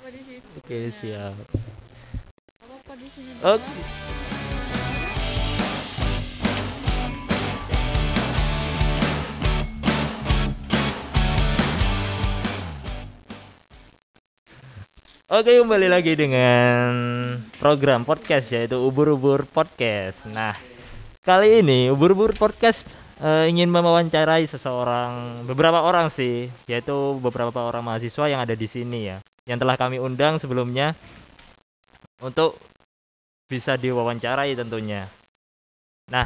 di situ. Oke, siap. Apa di sini Oke. doang. Oke, kembali lagi dengan program podcast yaitu Ubur-ubur Podcast. Nah, kali ini Ubur-ubur Podcast ingin mewawancarai beberapa orang sih, yaitu beberapa orang mahasiswa yang ada di sini ya, yang telah kami undang sebelumnya untuk bisa diwawancarai tentunya. Nah,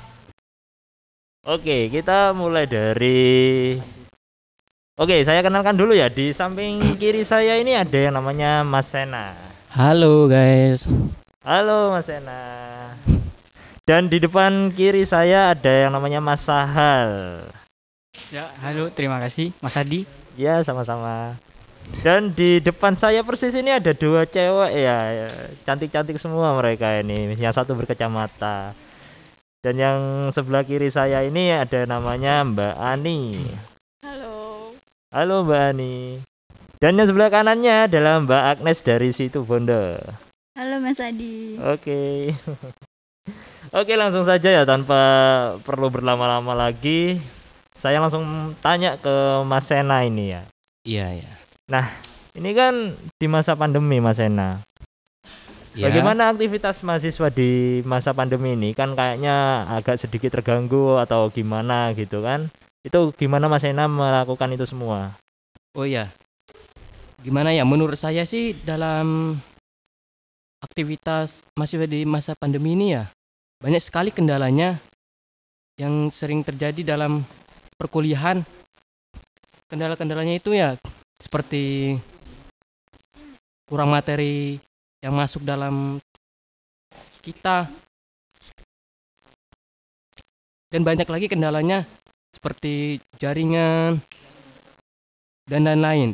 oke, kita mulai dari Oke, saya kenalkan dulu ya. Di samping kiri saya ini ada yang namanya Mas Sena. Halo guys. Halo Mas Sena. Dan di depan kiri saya ada yang namanya Mas Sahal. Ya, halo, terima kasih Mas Adi. Ya, sama-sama. Dan di depan saya persis ini ada dua cewek ya. Cantik-cantik semua mereka ini. Yang satu berkacamata. Dan yang sebelah kiri saya ini ada namanya Mbak Ani. Halo. Halo Mbak Ani. Dan yang sebelah kanannya adalah Mbak Agnes dari Situ Bondo. Halo Mas Adi. Oke. Oke, langsung saja ya tanpa perlu berlama-lama lagi. Saya langsung tanya ke Mas Sena ini ya. Iya, ya. Ini kan di masa pandemi Mas Sena. Ya. Bagaimana aktivitas mahasiswa di masa pandemi ini? Kan kayaknya agak sedikit terganggu atau gimana gitu kan. Itu gimana Mas Sena melakukan itu semua? Oh ya. Gimana ya? Menurut saya sih dalam aktivitas mahasiswa di masa pandemi ini ya banyak sekali kendalanya yang sering terjadi dalam perkuliahan. Kendala-kendalanya itu ya seperti kurang materi yang masuk dalam kita. Dan banyak lagi kendalanya seperti jaringan dan lain-lain.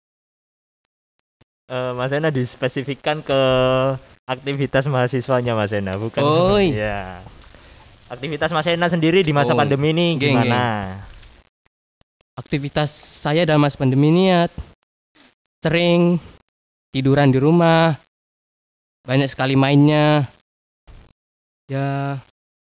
Mas Sena dispesifikkan ke aktivitas mahasiswanya Mas Sena, bukan? Oh, ya. Aktivitas Mas Sena sendiri di masa Oh, pandemi ini geng. gimana? Aktivitas saya dalam masa pandemi ini ya sering tiduran di rumah, banyak sekali mainnya. Ya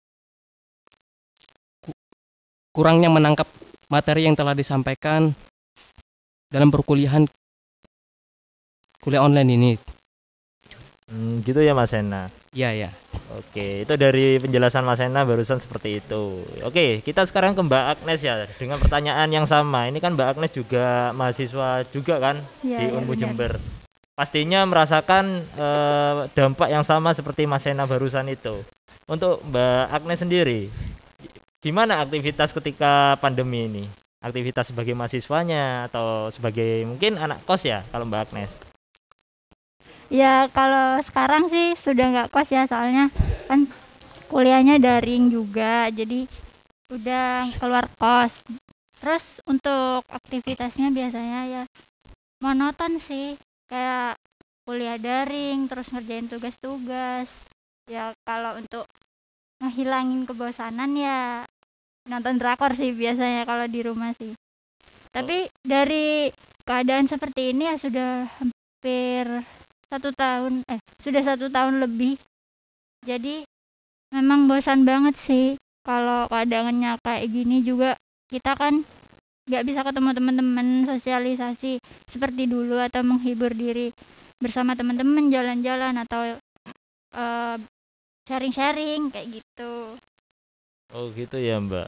kurangnya menangkap materi yang telah disampaikan dalam perkuliahan kuliah online ini. Gitu ya Mas Sena. Ya, ya. Oke, itu dari penjelasan Mas Sena barusan seperti itu. Oke, kita sekarang ke Mbak Agnes ya dengan pertanyaan yang sama. Ini kan Mbak Agnes juga mahasiswa juga kan Ya, di ya, Unmu benar. Jember. Pastinya merasakan dampak yang sama seperti Mas Sena barusan itu. Untuk Mbak Agnes sendiri, gimana aktivitas ketika pandemi ini? Aktivitas sebagai mahasiswanya atau sebagai mungkin anak kos ya kalau Mbak Agnes? Ya kalau sekarang sih sudah nggak kos ya, soalnya kan kuliahnya daring juga, jadi udah keluar kos. Terus untuk aktivitasnya biasanya ya monoton sih, kayak kuliah daring terus ngerjain tugas-tugas. Ya kalau untuk ngehilangin kebosanan ya nonton drakor sih biasanya kalau di rumah sih. Tapi dari keadaan seperti ini ya sudah hampir sudah 1 tahun lebih. Jadi memang bosan banget sih kalau keadaannya kayak gini. Juga kita kan nggak bisa ketemu teman-teman, sosialisasi seperti dulu atau menghibur diri bersama teman-teman, jalan-jalan atau sharing-sharing kayak gitu. Oh gitu ya Mbak.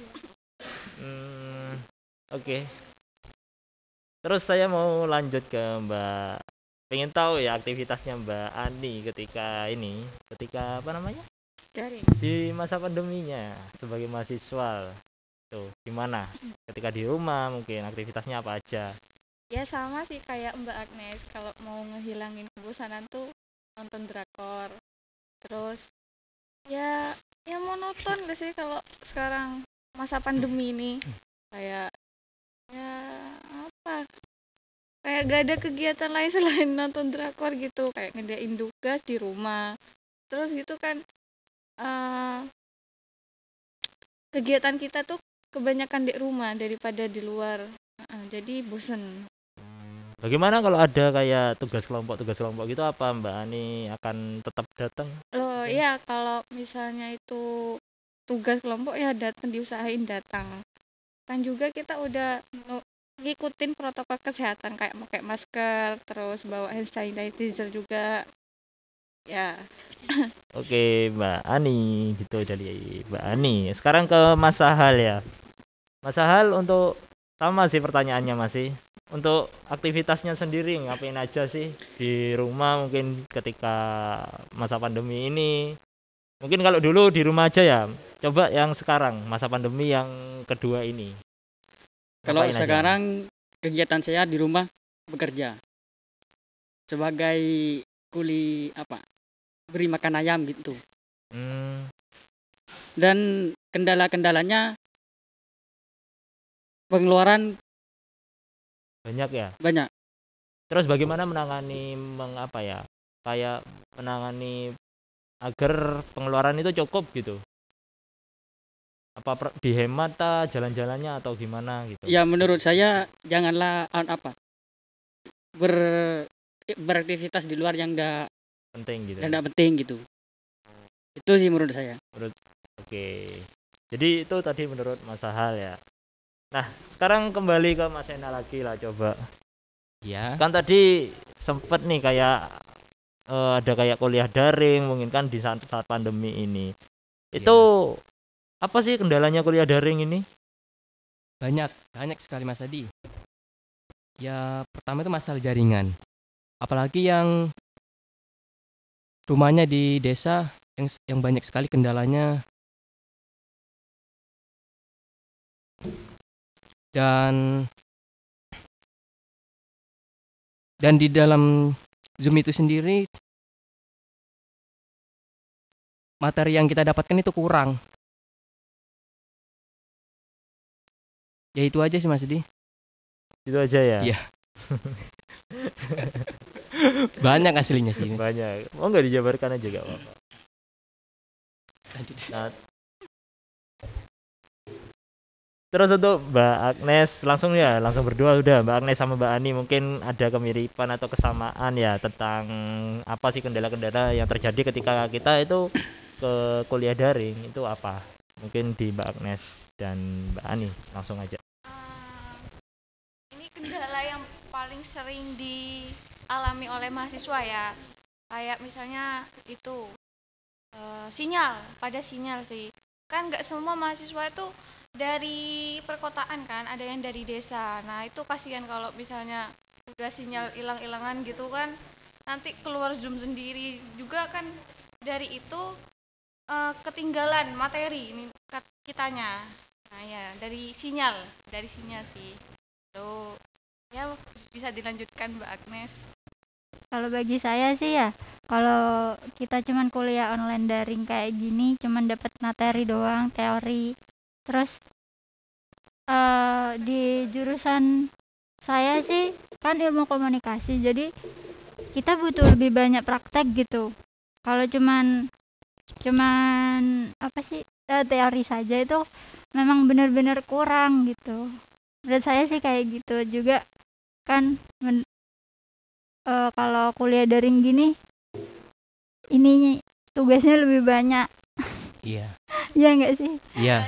Oke. Terus saya mau lanjut ke Mbak. Pengen tahu ya aktivitasnya Mbak Ani ketika apa namanya? Daring. Di masa pandeminya sebagai mahasiswa. Tuh, gimana? Ketika di rumah mungkin aktivitasnya apa aja? Ya sama sih kayak Mbak Agnes, kalau mau ngehilangin kebosanan tuh nonton drakor. Terus ya monoton gak sih kalau sekarang masa pandemi ini, kayak ya apa, kayak gak ada kegiatan lain selain nonton drakor gitu, kayak ngerjain tugas di rumah. Terus gitu kan kegiatan kita tuh kebanyakan di rumah daripada di luar. Jadi bosen. Bagaimana kalau ada kayak tugas kelompok gitu, apa Mbak Ani akan tetap datang? Loh, Mungkin. ya kalau misalnya itu tugas kelompok ya datang, diusahain datang. Kan juga kita udah ngikutin protokol kesehatan kayak pakai masker, terus bawa hand sanitizer juga. Ya, Oke, Mbak Ani, gitu dari Mbak Ani. Sekarang ke Mas Sahal ya. Mas Sahal, untuk sama sih pertanyaannya masih. Untuk aktivitasnya sendiri ngapain aja sih di rumah mungkin ketika masa pandemi ini? Mungkin kalau dulu di rumah aja ya. Coba yang sekarang masa pandemi yang kedua ini. Kalau Ngapain aja? sekarang kegiatan saya di rumah bekerja sebagai beri makan ayam gitu. Hmm, Dan kendala-kendalanya pengeluaran banyak ya. banyak. Terus bagaimana menangani mengapa ya? Kayak menangani agar pengeluaran itu cukup gitu. Apa dihemat jalan-jalannya atau gimana gitu? Ya menurut saya janganlah ber- beraktivitas di luar yang Penting gitu. tidak penting gitu. Itu sih menurut saya. Oke. Jadi itu tadi menurut Mas Sahal ya. Nah, sekarang kembali ke Mas Ena lagi lah coba. Ya, Kan tadi sempet nih kayak ada kayak kuliah daring mungkin kan di saat pandemi ini. Itu apa sih kendalanya kuliah daring ini? banyak sekali Mas Adi. Ya, pertama itu masalah jaringan. Apalagi yang rumahnya di desa yang banyak sekali kendalanya, dan di dalam Zoom itu sendiri materi yang kita dapatkan itu kurang. Ya itu aja sih Mas Adi. Itu aja ya. Iya. Banyak aslinya sih. Banyak. Oh, nggak dijabarkan aja gak apa-apa. Nah, terus untuk Mbak Agnes langsung berdua udah, Mbak Agnes sama Mbak Ani mungkin ada kemiripan atau kesamaan ya tentang apa sih kendala-kendala yang terjadi ketika kita itu ke kuliah daring itu apa? Mungkin di Mbak Agnes dan Mbak Ani langsung aja. ini kendala yang paling sering dialami oleh mahasiswa ya. Kayak misalnya itu sinyal sih. Kan nggak semua mahasiswa itu dari perkotaan kan, ada yang dari desa. Nah itu kasihan kalau misalnya udah sinyal hilang-hilangan gitu kan, nanti keluar Zoom sendiri juga kan, dari itu ketinggalan materi ini kitanya. Nah ya dari sinyal sih. Tuh ya, bisa dilanjutkan Mbak Agnes. Kalau bagi saya sih ya, kalau kita cuman kuliah online daring kayak gini, cuman dapat materi doang, teori. Terus di jurusan saya sih kan ilmu komunikasi, jadi kita butuh lebih banyak praktek gitu. Kalau cuman apa sih teori saja itu memang benar-benar kurang gitu. Menurut saya sih kayak gitu juga kan. Kalau kuliah daring gini, ini tugasnya lebih banyak. Iya. Iya nggak sih? Iya.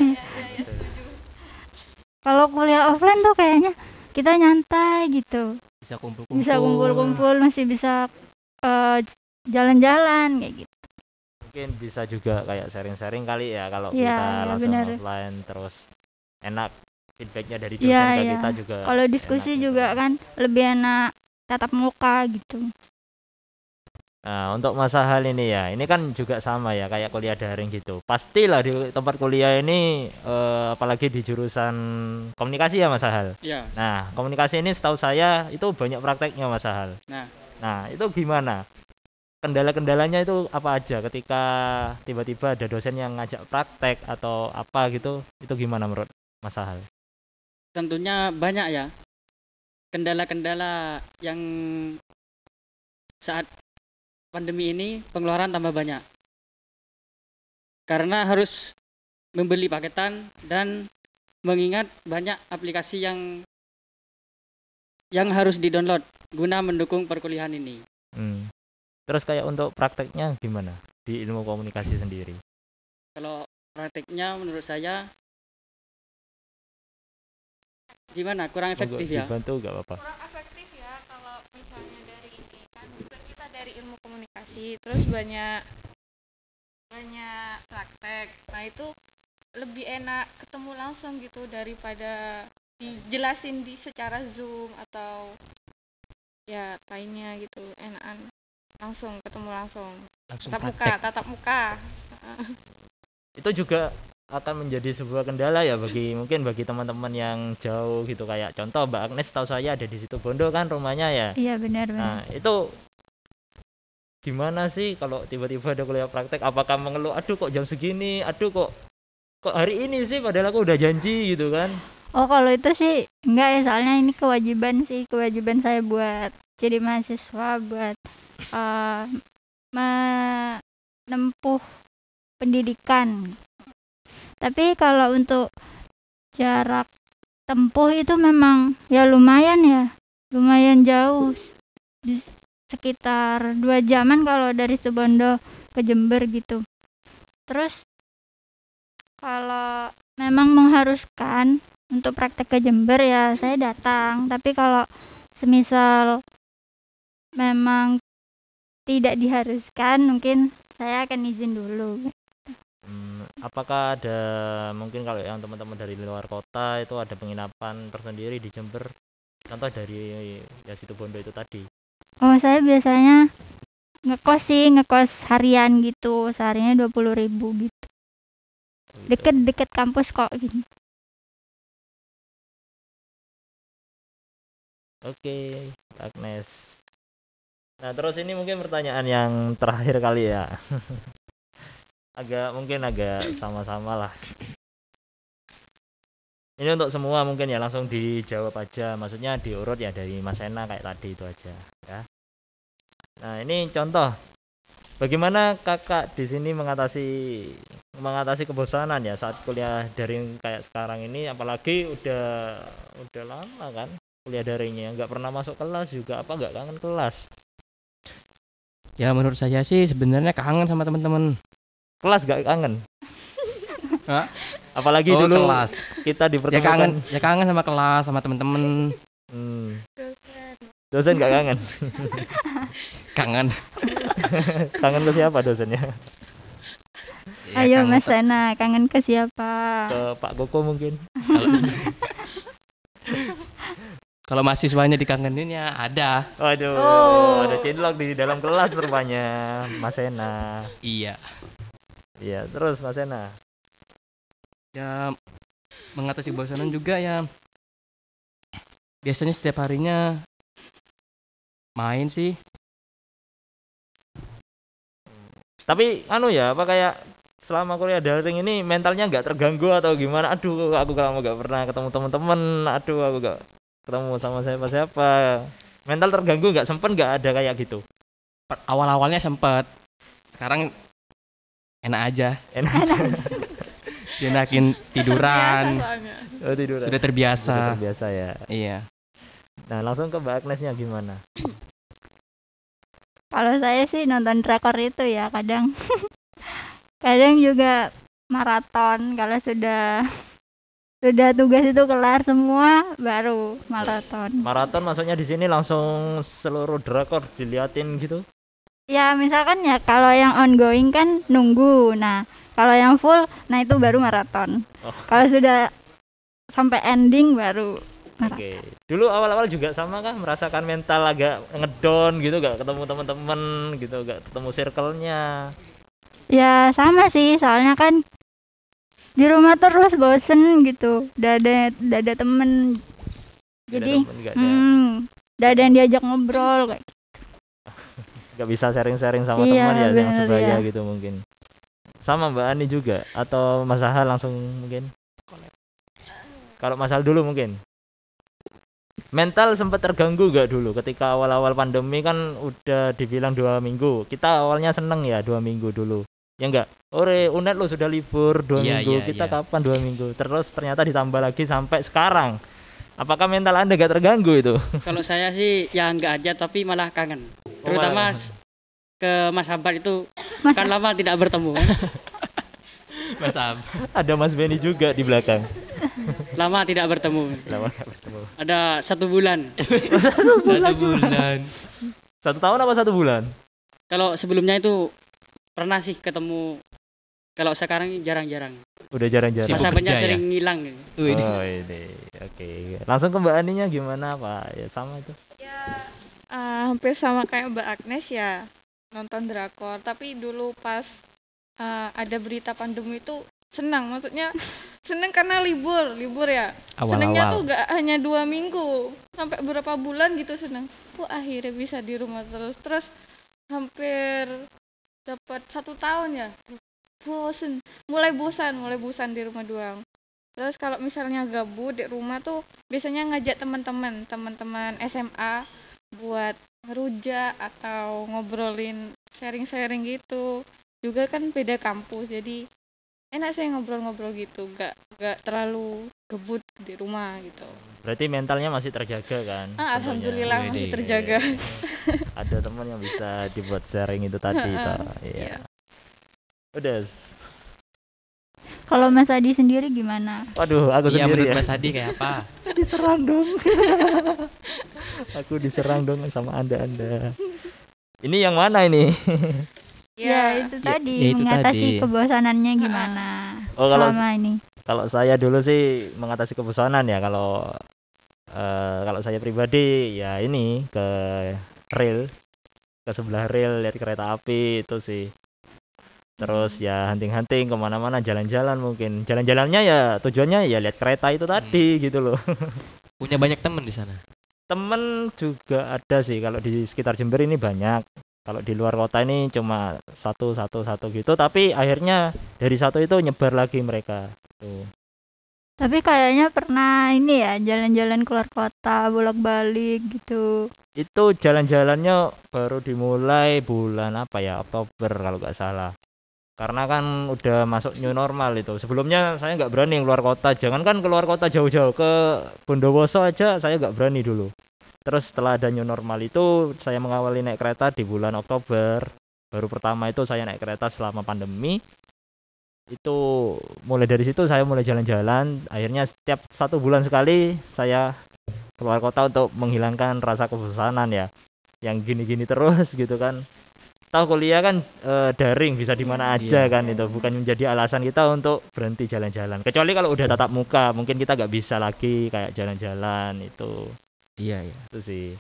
Kalau kuliah offline tuh kayaknya kita nyantai gitu, Bisa kumpul-kumpul. bisa kumpul-kumpul, masih bisa jalan-jalan kayak gitu. Mungkin bisa juga kayak sharing-sharing kali ya kalau Iya, kita iya, langsung bener. offline, terus enak feedbacknya dari dosen Iya, ke iya. kita juga. Kalau diskusi enak gitu. juga kan lebih enak tatap muka gitu. Nah, untuk masa hal ini ya, ini kan juga sama ya kayak kuliah daring gitu. Pastilah di tempat kuliah ini apalagi di jurusan komunikasi ya Mas Hal. Ya. Nah, komunikasi ini setahu saya itu banyak prakteknya Mas Hal. Nah, itu gimana? Kendala-kendalanya itu apa aja ketika tiba-tiba ada dosen yang ngajak praktek atau apa gitu? Itu gimana menurut Mas Hal? Tentunya banyak ya kendala-kendala yang saat pandemi ini pengeluaran tambah banyak karena harus membeli paketan dan mengingat banyak aplikasi yang yang harus di-download guna mendukung perkuliahan ini. Terus kayak untuk prakteknya gimana di ilmu komunikasi sendiri? Kalau prakteknya menurut saya gimana? Kurang efektif ya. Dibantu nggak apa-apa. Kurang efektif ya kalau misalnya dari ini kan kita dari ilmu komunikasi terus banyak praktek. Nah itu lebih enak ketemu langsung gitu daripada dijelasin secara Zoom atau ya lainnya gitu, enakan langsung ketemu langsung tatap muka. Itu juga akan menjadi sebuah kendala ya bagi teman-teman yang jauh gitu, kayak contoh Mbak Agnes tahu saya ada di situ Bondo kan rumahnya ya. Iya benar. Nah itu gimana sih kalau tiba-tiba ada kuliah praktek, apakah mengeluh aduh kok jam segini, aduh kok hari ini sih padahal aku udah janji gitu kan? Oh kalau itu sih enggak ya, soalnya ini kewajiban saya buat jadi mahasiswa, buat menempuh pendidikan. Tapi kalau untuk jarak tempuh itu memang ya lumayan jauh, sekitar 2 jaman kalau dari Situbondo ke Jember gitu. Terus kalau memang mengharuskan untuk praktek ke Jember ya saya datang, tapi kalau semisal memang tidak diharuskan mungkin saya akan izin dulu. Apakah ada mungkin kalau yang teman-teman dari luar kota itu ada penginapan tersendiri di Jember, contoh dari ya Situbondo itu tadi? Oh saya biasanya ngekos harian gitu, seharinya 20.000 gitu. Deket kampus kok gitu. Oke, Agnes. Nah terus ini mungkin pertanyaan yang terakhir kali ya. agak sama-sama lah. Ini untuk semua mungkin ya, langsung dijawab aja, maksudnya diurut ya dari Mas Ena kayak tadi itu aja ya. Nah ini contoh bagaimana kakak di sini mengatasi kebosanan ya saat kuliah daring kayak sekarang ini, apalagi udah lama kan kuliah daringnya, nggak pernah masuk kelas juga, apa nggak kangen kelas? Ya menurut saya sih sebenarnya kangen sama teman-teman. Kelas nggak kangen? Hah? Apalagi dulu kelas. kita dipertemukan. Ya kangen sama kelas, sama teman-teman. Dosen nggak kangen? Kangen. Kangen ke siapa dosennya? Ya, Ayo kangen Mas Ana, kangen ke siapa? Ke Pak Koko mungkin. Kalau mahasiswanya dikangenin ya ada. Waduh, ada cinlok di dalam kelas rupanya Mas Ena. Iya. Iya, terus Mas Ena. Ya mengatasi kebosanan juga ya. Biasanya setiap harinya main sih. Tapi ya, apa kayak selama kuliah daring ini mentalnya nggak terganggu atau gimana? Aduh, aku kalau nggak pernah ketemu teman-teman, aduh aku nggak ketemu sama siapa-siapa. Mental terganggu nggak, nggak ada kayak gitu? Awal-awalnya sempet. Sekarang enak aja. Dienakin tiduran. Oh, tiduran. Sudah terbiasa. Sudah terbiasa ya. Iya. Nah, langsung ke Mbak Agnesnya gimana? Kalau saya sih nonton drakor itu ya kadang. Kadang juga maraton kalau sudah tugas itu kelar semua baru maraton. Maraton maksudnya di sini langsung seluruh drakor diliatin gitu? Ya misalkan ya kalau yang ongoing kan nunggu. Nah kalau yang full, nah itu baru maraton. Kalau sudah sampai ending baru maraton. Oke. Dulu awal-awal juga sama kan, merasakan mental agak ngedown gitu, gak ketemu teman-teman gitu, gak ketemu circle-nya. Ya sama sih, soalnya kan di rumah terus bosen gitu. Udah ada temen. Jadi udah ada yang diajak ngobrol kayak. Gak bisa sharing-sharing sama Iya, teman ya yang bener, sebaya ya. gitu mungkin. Sama Mbak Ani juga atau Mas Ahal langsung mungkin? Kalau Mas Ahal dulu mungkin. Mental sempat terganggu gak dulu ketika awal-awal pandemi kan udah dibilang 2 minggu. Kita awalnya seneng ya 2 minggu dulu. Ya enggak? Ore, UNED lo sudah libur 2 minggu. Kita kapan 2 minggu? Terus ternyata ditambah lagi sampai sekarang. Apakah mental Anda gak terganggu itu? Kalau saya sih ya enggak aja tapi malah kangen. Terutama ke Mas Hambat itu Mas, kan lama tidak bertemu kan. Mas Ab. Ada Mas Benny juga di belakang. Lama tidak bertemu. Lama gak bertemu. Ada 1 bulan. 1 bulan. 1 tahun apa 1 bulan? Kalau sebelumnya itu pernah sih ketemu. Kalau sekarang jarang-jarang. Udah jarang-jarang. Sibuk Mas Hambatnya kerja ya? sering ngilang. Wih, Oh ini, oke. Langsung ke Mbak Aninya gimana Pak? Ya sama itu. Ya, hampir sama kayak Mbak Agnes ya, nonton drakor. Tapi dulu pas ada berita pandemi itu senang, maksudnya senang karena libur ya. Senangnya tuh awal-awal. gak hanya 2 minggu, sampai berapa bulan gitu senang. Akhirnya bisa di rumah terus hampir dapat 1 tahun ya. Mulai bosan di rumah doang. Terus kalau misalnya gabut di rumah tuh biasanya ngajak teman-teman SMA buat ngerujak atau ngobrolin sharing-sharing gitu. Juga kan beda kampus, jadi enak sih ngobrol-ngobrol gitu, gak terlalu gebut di rumah gitu. Berarti mentalnya masih terjaga kan? Alhamdulillah Wih, masih deh. terjaga. Ada teman yang bisa dibuat sharing itu tadi Pak. Iya. Udah. kalau Mas Adi sendiri gimana? Waduh, aku Iya, sendiri menurut ya. Mas Adi kayak apa? Diserang dong. Aku diserang dong sama Anda. Ini yang mana ini? Ya, itu tadi ya itu mengatasi tadi. kebosanannya gimana Oh, kalau selama ini. kalau saya dulu sih mengatasi kebosanan ya kalau saya pribadi ya ini ke rel, ke sebelah rel lihat kereta api itu sih. Terus ya hunting-hunting kemana-mana, jalan-jalan mungkin. Jalan-jalannya ya tujuannya ya lihat kereta itu tadi gitu loh. Punya banyak teman di sana. Temen juga ada sih kalau di sekitar Jember ini banyak. Kalau di luar kota ini cuma satu gitu. Tapi akhirnya dari satu itu nyebar lagi mereka. Tuh. Tapi kayaknya pernah ini ya jalan-jalan keluar kota bolak-balik gitu. Itu jalan-jalannya baru dimulai bulan apa ya, Oktober kalau nggak salah. Karena kan udah masuk new normal itu. Sebelumnya saya nggak berani keluar kota. Jangankan keluar kota jauh-jauh, ke Bondowoso aja saya nggak berani dulu. Terus setelah ada new normal itu saya mengawali naik kereta di bulan Oktober. Baru pertama itu saya naik kereta selama pandemi. Itu mulai dari situ saya mulai jalan-jalan. Akhirnya setiap 1 bulan sekali saya keluar kota untuk menghilangkan rasa kebosanan ya. Yang gini-gini terus gitu kan. Tahu kuliah kan daring, bisa di mana aja Iya. kan, itu bukan menjadi alasan kita untuk berhenti jalan-jalan. Kecuali kalau udah tatap muka, mungkin kita nggak bisa lagi kayak jalan-jalan itu Iya. sih.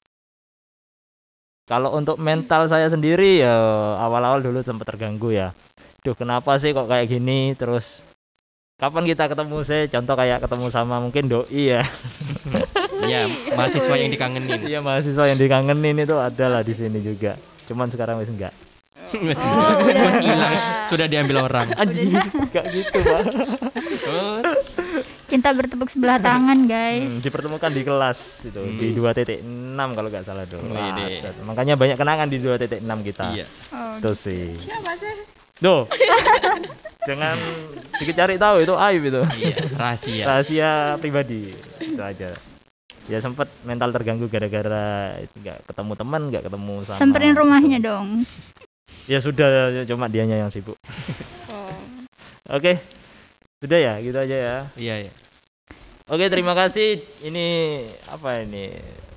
Kalau untuk mental saya sendiri ya awal-awal dulu sempat terganggu ya. Duh, kenapa sih kok kayak gini terus? Kapan kita ketemu sih? Contoh kayak ketemu sama mungkin doi ya. Iya, mahasiswa yang dikangenin. Iya, mahasiswa yang dikangenin itu ada lah di sini juga. Cuman sekarang wis enggak. Mas udah. hilang, sudah diambil orang. Anjing, enggak gitu, Pak. Oh, Cinta bertepuk sebelah tangan, guys. Dipertemukan di kelas itu di 2.6 kalau nggak salah dulu. Wih, deh. Makanya banyak kenangan di 2.6 kita. iya. Oh, Itu sih. Siapa sih? Duh. Jangan dicari tahu, itu aib itu. Iya, rahasia. Rahasia pribadi. Itu aja. Ya sempat mental terganggu gara-gara nggak ketemu teman, nggak ketemu sama. samperin rumahnya dong. Ya sudah, cuma dianya yang sibuk. Oh. Oke. Sudah ya, gitu aja ya. Iya, iya. Oke, terima kasih. Ini apa ini?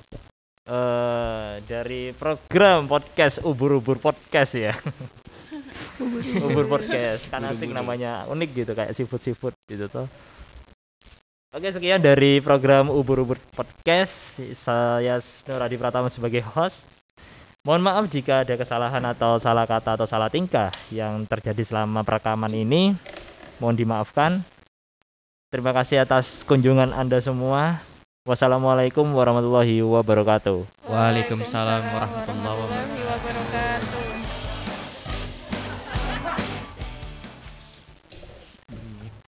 Dari program podcast Ubur-ubur Podcast ya. Ubur podcast. Kan asik namanya, unik gitu kayak seafood gitu tuh. Oke, sekian dari program Ubur-ubur Podcast. Saya Nur Adi Pratama sebagai host. Mohon maaf jika ada kesalahan atau salah kata atau salah tingkah yang terjadi selama perekaman ini. Mohon dimaafkan. Terima kasih atas kunjungan Anda semua. Wassalamualaikum warahmatullahi wabarakatuh. Waalaikumsalam warahmatullahi wabarakatuh.